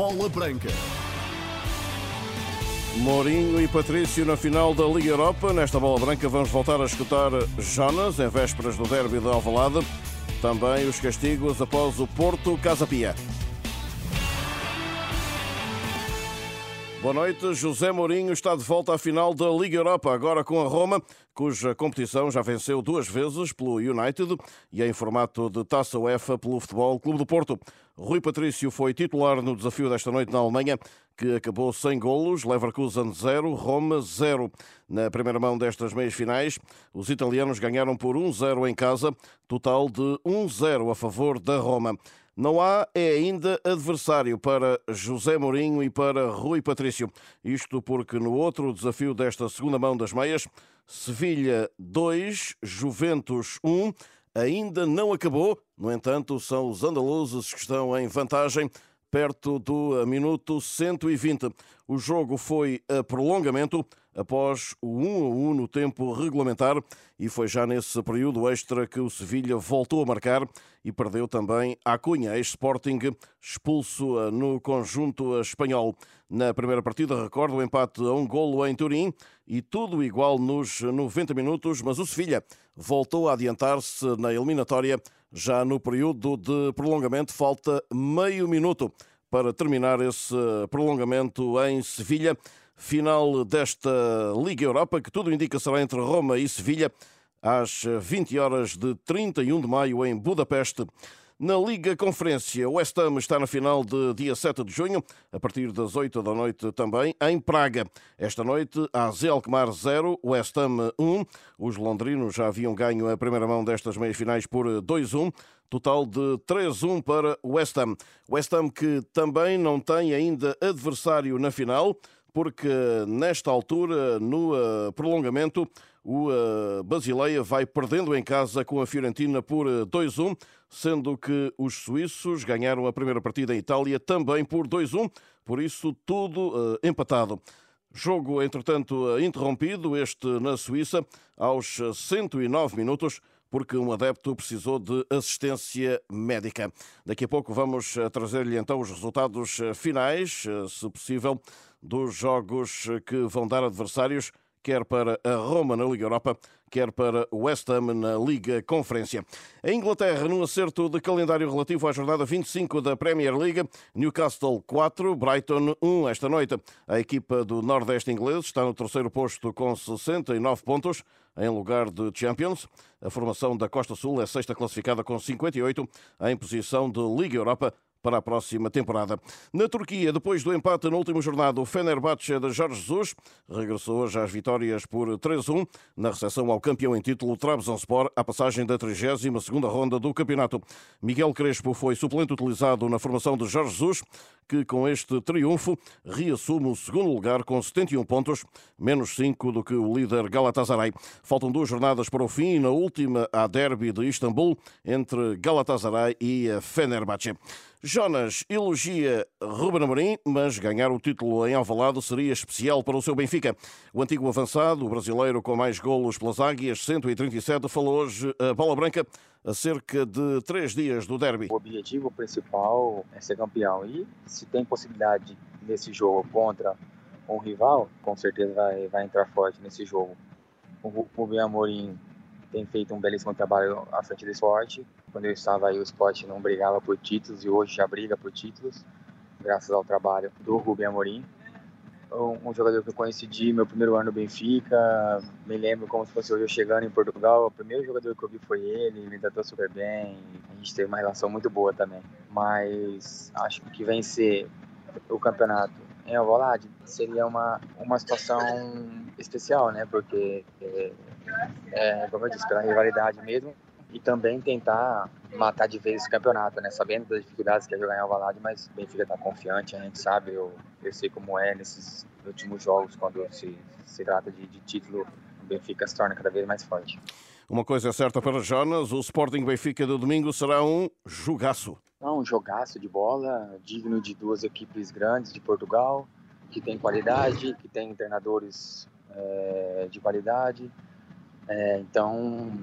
Bola Branca. Mourinho e Patrício na final da Liga Europa. Nesta Bola Branca vamos voltar a escutar Jonas em vésperas do derby de Alvalade. Também os castigos após o Porto Casa Pia. Boa noite. José Mourinho está de volta à final da Liga Europa, agora com a Roma, cuja competição já venceu 2 vezes pelo United e em formato de Taça UEFA pelo Futebol Clube do Porto. Rui Patrício foi titular no desafio desta noite na Alemanha, que acabou sem golos, Leverkusen 0, Roma 0. Na primeira mão destas meias finais, os italianos ganharam por 1-0 em casa, total de 1-0 a favor da Roma. Não há ainda adversário para José Mourinho e para Rui Patrício. Isto porque no outro desafio desta segunda mão das meias, Sevilha 2, Juventus 1, ainda não acabou. No entanto, são os andaluzes que estão em vantagem perto do minuto 120. O jogo foi a prolongamento após o 1-1 no tempo regulamentar e foi já nesse período extra que o Sevilha voltou a marcar e perdeu também a Cunha, ex-Sporting, expulso no conjunto espanhol. Na primeira partida, recordo, o empate a 1 golo em Turim e tudo igual nos 90 minutos, mas o Sevilha voltou a adiantar-se na eliminatória já no período de prolongamento. Falta meio minuto para terminar esse prolongamento em Sevilha. Final desta Liga Europa, que tudo indica será entre Roma e Sevilha, às 20 horas de 31 de maio em Budapeste. Na Liga Conferência, o West Ham está na final de dia 7 de junho, a partir das 8 da noite também, em Praga. Esta noite, AZ Alkmaar 0, West Ham 1. Os londrinos já haviam ganho a primeira mão destas meias finais por 2-1. Total de 3-1 para o West Ham. West Ham que também não tem ainda adversário na final, porque nesta altura, no prolongamento, o Basileia vai perdendo em casa com a Fiorentina por 2-1, sendo que os suíços ganharam a primeira partida em Itália também por 2-1, por isso tudo empatado. Jogo, entretanto, interrompido, este na Suíça, aos 109 minutos, porque um adepto precisou de assistência médica. Daqui a pouco vamos trazer-lhe então os resultados finais, se possível, dos jogos que vão dar adversários, quer para a Roma na Liga Europa, quer para o West Ham na Liga Conferência. A Inglaterra, num acerto de calendário relativo à jornada 25 da Premier League, Newcastle 4, Brighton 1 esta noite. A equipa do Nordeste inglês está no terceiro posto com 69 pontos, em lugar de Champions. A formação da Costa Sul é sexta classificada com 58, em posição de Liga Europa para a próxima temporada. Na Turquia, depois do empate na última jornada, o Fenerbahçe de Jorge Jesus regressou hoje às vitórias por 3-1 na recepção ao campeão em título Trabzonspor, à passagem da 32ª ronda do campeonato. Miguel Crespo foi suplente utilizado na formação de Jorge Jesus, que com este triunfo reassume o segundo lugar com 71 pontos, menos 5 do que o líder Galatasaray. Faltam 2 jornadas para o fim e na última há derby de Istambul entre Galatasaray e Fenerbahçe. Jonas elogia Ruben Amorim, mas ganhar o título em Alvalade seria especial para o seu Benfica. O antigo avançado, o brasileiro com mais golos pelas Águias, 137, falou hoje a Bola Branca a cerca de 3 dias do derby. O objetivo principal é ser campeão e se tem possibilidade nesse jogo contra um rival, com certeza vai entrar forte nesse jogo. O Ruben Amorim tem feito um belíssimo trabalho à frente do esporte. Quando eu estava aí, o esporte não brigava por títulos e hoje já briga por títulos, graças ao trabalho do Ruben Amorim. Um jogador que eu conheci de meu primeiro ano no Benfica, me lembro como se fosse hoje eu chegando em Portugal, o primeiro jogador que eu vi foi ele, me tratou super bem, a gente teve uma relação muito boa também. Mas acho que vencer o campeonato em Alvalade seria uma situação especial, né? Porque, como eu disse, pela rivalidade mesmo, e também tentar matar de vez esse campeonato, né? Sabendo das dificuldades que é jogar em Alvalade, mas o Benfica está confiante, a gente sabe, eu sei como é nesses últimos jogos, quando se trata de título, o Benfica se torna cada vez mais forte. Uma coisa é certa para Jonas, o Sporting Benfica do domingo será um jogaço. Um jogaço de bola, digno de 2 equipes grandes de Portugal, que tem qualidade, que tem treinadores de qualidade. Então,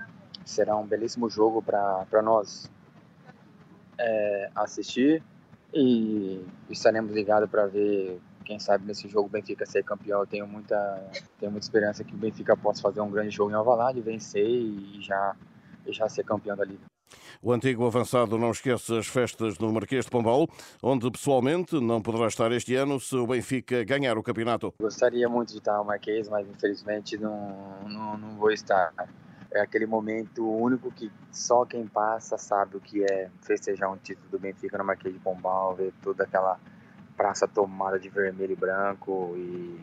será um belíssimo jogo para nós assistir. E estaremos ligados para ver, quem sabe nesse jogo o Benfica ser campeão. Eu tenho muita esperança que o Benfica possa fazer um grande jogo em Alvalade, vencer e já ser campeão da Liga. O antigo avançado não esquece as festas no Marquês de Pombal, onde pessoalmente não poderá estar este ano se o Benfica ganhar o campeonato. Gostaria muito de estar no Marquês, mas infelizmente não vou estar. É aquele momento único que só quem passa sabe o que é festejar um título do Benfica no Marquês de Pombal, ver toda aquela praça tomada de vermelho e branco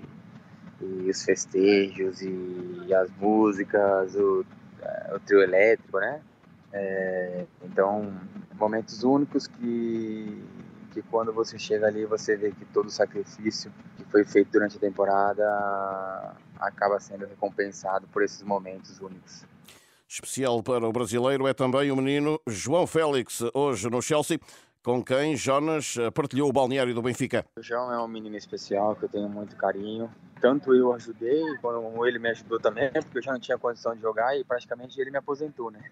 e os festejos e as músicas, o trio elétrico, né? Então, momentos únicos que quando você chega ali, você vê que todo o sacrifício que foi feito durante a temporada acaba sendo recompensado por esses momentos únicos. Especial para o brasileiro é também o menino João Félix, hoje no Chelsea, com quem Jonas partilhou o balneário do Benfica. O João é um menino especial que eu tenho muito carinho. Tanto eu ajudei, como ele me ajudou também, porque eu já não tinha condição de jogar e praticamente ele me aposentou, né?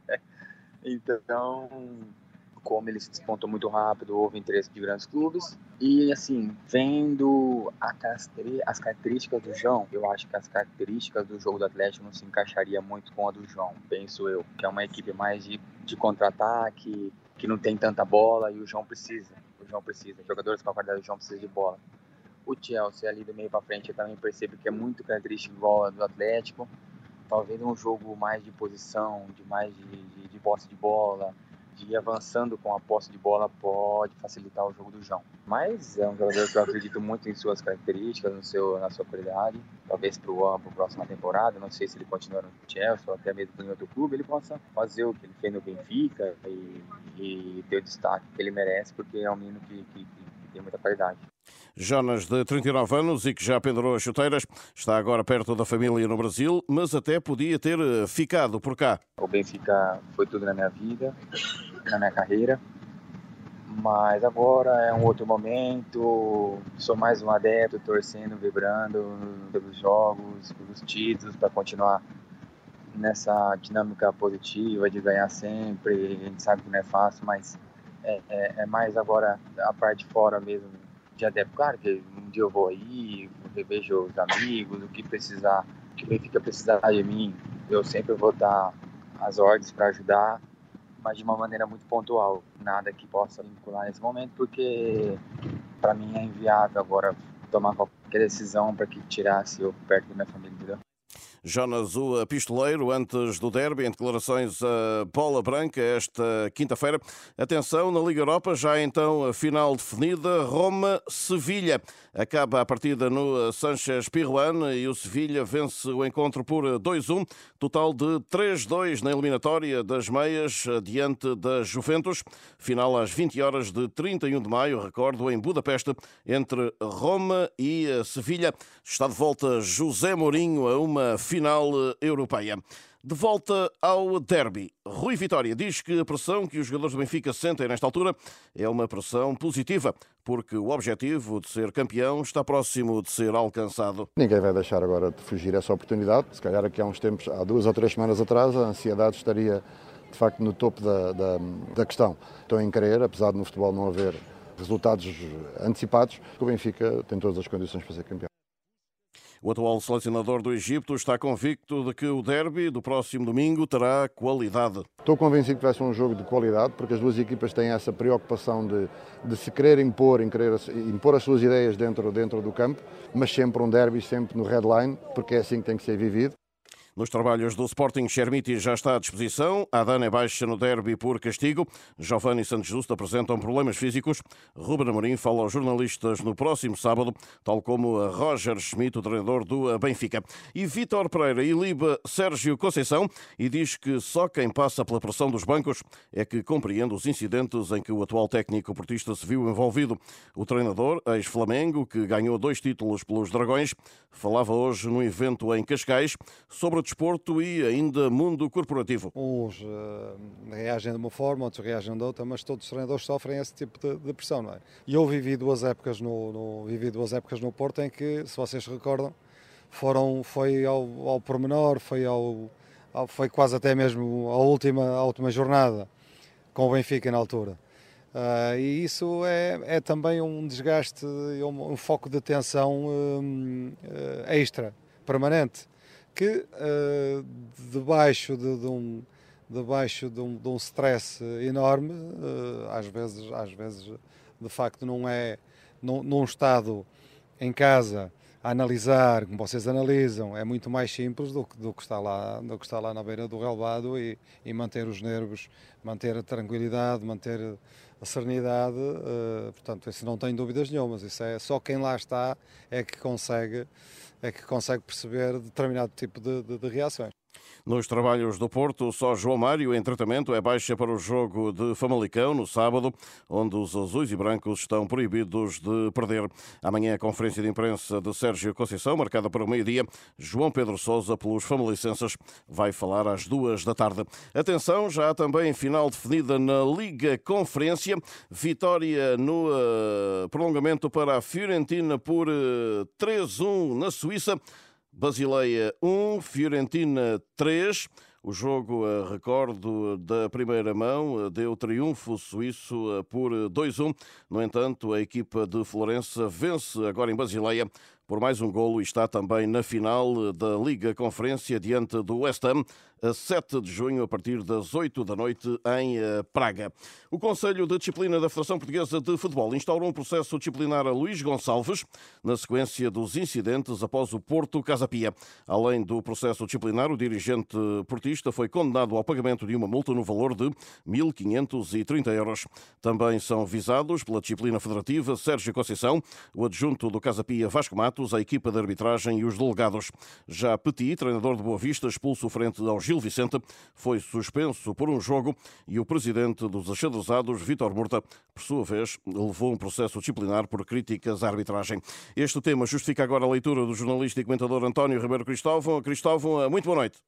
Então, como ele se despontou muito rápido, houve interesse de grandes clubes. E, assim, vendo as características do João, eu acho que as características do jogo do Atlético não se encaixaria muito com a do João, penso eu. Que é uma equipe mais de contra-ataque, que não tem tanta bola e o João precisa. Jogadores com a qualidade do João precisam de bola. O Chelsea ali do meio para frente eu também percebo que é muito característico igual a do Atlético. Talvez um jogo mais de posição, de mais de posse de bola, de ir avançando com a posse de bola pode facilitar o jogo do João. Mas é um jogador que eu acredito muito em suas características, na sua qualidade. Talvez para a próxima temporada, não sei se ele continuar no Chelsea ou até mesmo em outro clube, ele possa fazer o que ele fez no Benfica e ter o destaque que ele merece, porque é um menino que tem muita qualidade. Jonas, de 39 anos e que já pendurou as chuteiras, está agora perto da família no Brasil, mas até podia ter ficado por cá. O Benfica foi tudo na minha vida, na minha carreira, mas agora é um outro momento, sou mais um adepto, torcendo, vibrando pelos jogos, pelos títulos, para continuar nessa dinâmica positiva de ganhar sempre. A gente sabe que não é fácil, mas é mais agora a parte de fora mesmo de adepto. Claro que um dia eu vou aí, vejo os amigos, o que precisar, o que Benfica precisar de mim, eu sempre vou dar as ordens para ajudar, mas de uma maneira muito pontual. Nada que possa vincular nesse momento, porque para mim é inviável agora tomar qualquer decisão para que tirasse eu perto da minha família, entendeu? Jonas, o pistoleiro, antes do derby, em declarações a Bola Branca esta quinta-feira. Atenção, na Liga Europa, já então a final definida, Roma-Sevilha. Acaba a partida no Sánchez-Pizjuán e o Sevilha vence o encontro por 2-1, total de 3-2 na eliminatória das meias diante da Juventus. Final às 20 horas de 31 de maio, recordo, em Budapeste, entre Roma e Sevilha. Está de volta José Mourinho a uma final europeia. De volta ao derby, Rui Vitória diz que a pressão que os jogadores do Benfica sentem nesta altura é uma pressão positiva, porque o objetivo de ser campeão está próximo de ser alcançado. Ninguém vai deixar agora de fugir essa oportunidade. Se calhar aqui há uns tempos, há 2 ou 3 semanas atrás, a ansiedade estaria de facto no topo da questão. Estou em crer, apesar de no futebol não haver resultados antecipados, que o Benfica tem todas as condições para ser campeão. O atual selecionador do Egito está convicto de que o derby do próximo domingo terá qualidade. Estou convencido que vai ser um jogo de qualidade, porque as duas equipas têm essa preocupação de se querer impor, impor as suas ideias dentro do campo, mas sempre um derby, sempre no headline, porque é assim que tem que ser vivido. Nos trabalhos do Sporting, Chermiti já está à disposição. Adana é baixa no derby por castigo. Giovanni e Santos Justo apresentam problemas físicos. Ruben Amorim fala aos jornalistas no próximo sábado, tal como a Roger Schmidt, o treinador do Benfica. E Vítor Pereira iliba Sérgio Conceição e diz que só quem passa pela pressão dos bancos é que compreende os incidentes em que o atual técnico portista se viu envolvido. O treinador, ex-Flamengo, que ganhou 2 títulos pelos Dragões, falava hoje num evento em Cascais sobre desporto e ainda mundo corporativo. Uns reagem de uma forma, outros reagem de outra, mas todos os treinadores sofrem esse tipo de pressão, não é? E eu vivi 2 épocas no Porto em que, se vocês se recordam, foi ao pormenor, foi quase até mesmo a última jornada com o Benfica na altura. E isso é também um desgaste, um foco de atenção extra, permanente, que debaixo de um stress enorme, às vezes de facto num estado em casa a analisar, como vocês analisam, é muito mais simples do que está lá na beira do relvado e manter os nervos, manter a tranquilidade, manter a serenidade. Portanto, isso não tem dúvidas nenhumas. Isso é só quem lá está é que consegue perceber determinado tipo de reações. Nos trabalhos do Porto, só João Mário, em tratamento, é baixa para o jogo de Famalicão, no sábado, onde os azuis e brancos estão proibidos de perder. Amanhã a conferência de imprensa de Sérgio Conceição, marcada para o meio-dia. João Pedro Sousa, pelos famalicenses, vai falar às 2 da tarde. Atenção, já há também final definida na Liga Conferência. Vitória no prolongamento para a Fiorentina por 3-1 na Suíça. Basileia 1, Fiorentina 3. O jogo, recordo, da primeira mão, deu triunfo suíço por 2-1. No entanto, a equipa de Florença vence agora em Basileia por mais um golo e está também na final da Liga Conferência diante do West Ham, a 7 de junho, a partir das 8 da noite, em Praga. O Conselho de Disciplina da Federação Portuguesa de Futebol instaurou um processo disciplinar a Luís Gonçalves, na sequência dos incidentes após o Porto Casa Pia. Além do processo disciplinar, o dirigente portista foi condenado ao pagamento de uma multa no valor de 1.530 euros. Também são visados pela disciplina federativa Sérgio Conceição, o adjunto do Casa Pia Vasco Matos, a equipa de arbitragem e os delegados. Já Petit, treinador de Boa Vista, expulso frente ao Gil Vicente, foi suspenso por um jogo e o presidente dos achadrezados, Vítor Murta, por sua vez, levou um processo disciplinar por críticas à arbitragem. Este tema justifica agora a leitura do jornalista e comentador António Ribeiro Cristóvão. Cristóvão, muito boa noite.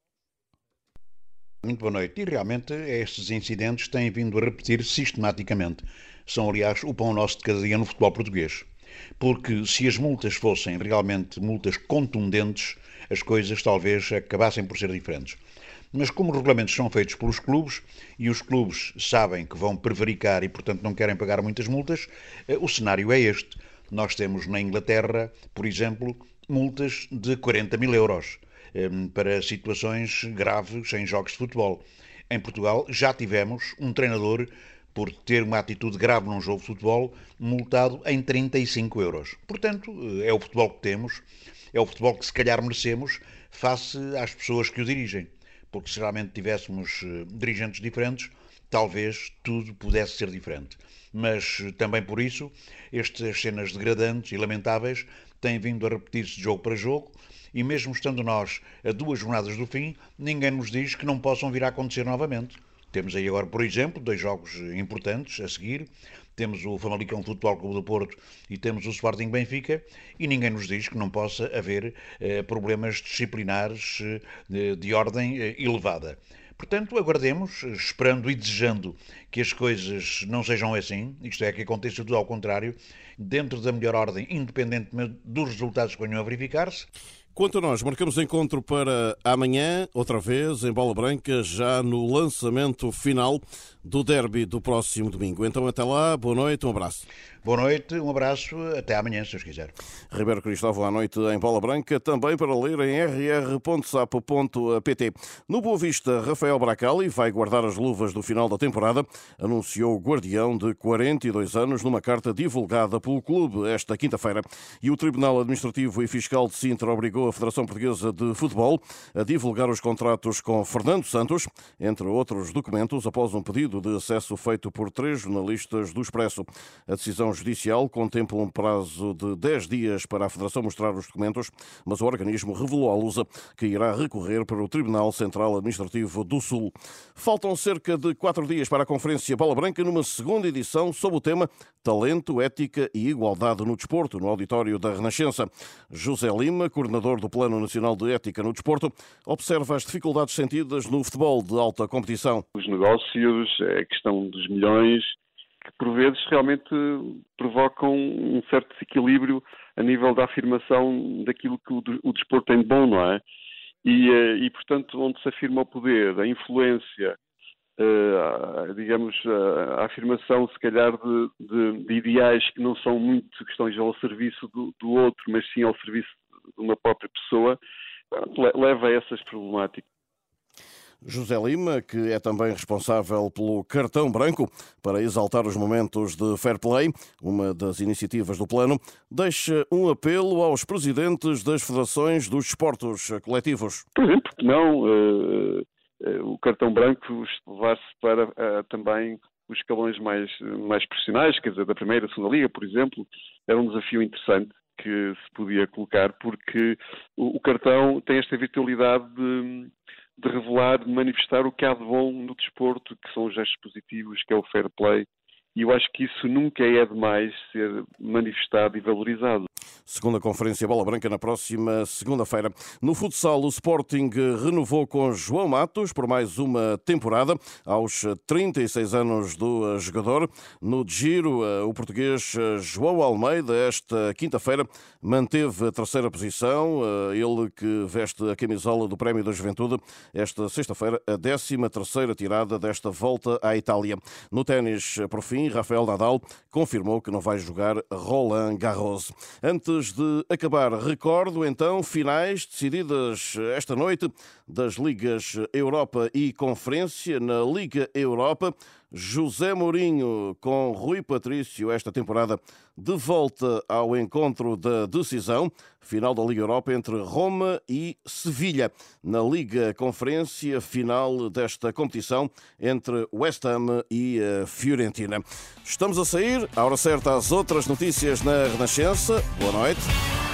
Muito boa noite. E realmente estes incidentes têm vindo a repetir sistematicamente. São, aliás, o pão nosso de cada dia no futebol português. Porque se as multas fossem realmente multas contundentes, as coisas talvez acabassem por ser diferentes. Mas como os regulamentos são feitos pelos clubes e os clubes sabem que vão prevaricar e, portanto, não querem pagar muitas multas, o cenário é este. Nós temos na Inglaterra, por exemplo, multas de 40 mil euros para situações graves em jogos de futebol. Em Portugal já tivemos um treinador, por ter uma atitude grave num jogo de futebol, multado em 35 euros. Portanto, é o futebol que temos, é o futebol que se calhar merecemos face às pessoas que o dirigem. Porque se realmente tivéssemos dirigentes diferentes, talvez tudo pudesse ser diferente. Mas também por isso, estas cenas degradantes e lamentáveis têm vindo a repetir-se de jogo para jogo, e mesmo estando nós a 2 jornadas do fim, ninguém nos diz que não possam vir a acontecer novamente. Temos aí agora, por exemplo, 2 jogos importantes a seguir. Temos o Famalicão Futebol Clube do Porto e temos o Sporting Benfica, e ninguém nos diz que não possa haver problemas disciplinares de ordem elevada. Portanto, aguardemos, esperando e desejando que as coisas não sejam assim, isto é, que aconteça tudo ao contrário, dentro da melhor ordem, independentemente dos resultados que venham a verificar-se. Quanto a nós, marcamos encontro para amanhã, outra vez, em Bola Branca, já no lançamento final do derby do próximo domingo. Então, até lá, boa noite, um abraço. Boa noite, um abraço, até amanhã, se Deus quiser. Ribeiro Cristóvão, à noite em Bola Branca, também para ler em rr.sapo.pt. No Boa Vista, Rafael Bracali vai guardar as luvas do final da temporada, anunciou o guardião de 42 anos numa carta divulgada pelo clube esta quinta-feira. E o Tribunal Administrativo e Fiscal de Sintra obrigou a Federação Portuguesa de Futebol a divulgar os contratos com Fernando Santos, entre outros documentos, após um pedido de acesso feito por 3 jornalistas do Expresso. A decisão judicial contempla um prazo de 10 dias para a Federação mostrar os documentos, mas o organismo revelou à Lusa que irá recorrer para o Tribunal Central Administrativo do Sul. Faltam cerca de 4 dias para a Conferência Bola Branca, numa segunda edição sob o tema Talento, Ética e Igualdade no Desporto, no auditório da Renascença. José Lima, coordenador do Plano Nacional de Ética no Desporto, observa as dificuldades sentidas no futebol de alta competição. Os negócios, a questão dos milhões, que por vezes realmente provocam um certo desequilíbrio a nível da afirmação daquilo que o desporto tem de bom, não é? E portanto, onde se afirma o poder, a influência digamos, a afirmação, se calhar, de ideais que não são muito questões ao serviço do outro, mas sim ao serviço de uma própria pessoa, leva a essas problemáticas. José Lima, que é também responsável pelo cartão branco para exaltar os momentos de fair play, uma das iniciativas do plano, deixa um apelo aos presidentes das federações dos desportos coletivos. Por exemplo, não o cartão branco levar-se para também os escalões mais profissionais, quer dizer, da primeira, segunda liga, por exemplo, era um desafio interessante que se podia colocar, porque o cartão tem esta virtualidade de revelar, de manifestar o que há de bom no desporto, que são os gestos positivos, que é o fair play, e eu acho que isso nunca é demais ser manifestado e valorizado. Segunda Conferência Bola Branca na próxima segunda-feira. No futsal, o Sporting renovou com João Matos por mais uma temporada, aos 36 anos do jogador. No giro, o português João Almeida, esta quinta-feira, manteve a terceira posição. Ele que veste a camisola do Prémio da Juventude, esta sexta-feira, a 13ª tirada desta volta à Itália. No ténis, por fim, Rafael Nadal confirmou que não vai jogar Roland Garros. Antes de acabar, recordo então finais decididas esta noite das Ligas Europa e Conferência. Na Liga Europa, José Mourinho com Rui Patrício esta temporada de volta ao encontro da decisão. Final da Liga Europa entre Roma e Sevilha. Na Liga Conferência, final desta competição entre West Ham e Fiorentina. Estamos a sair, à hora certa, às outras notícias na Renascença. Boa noite.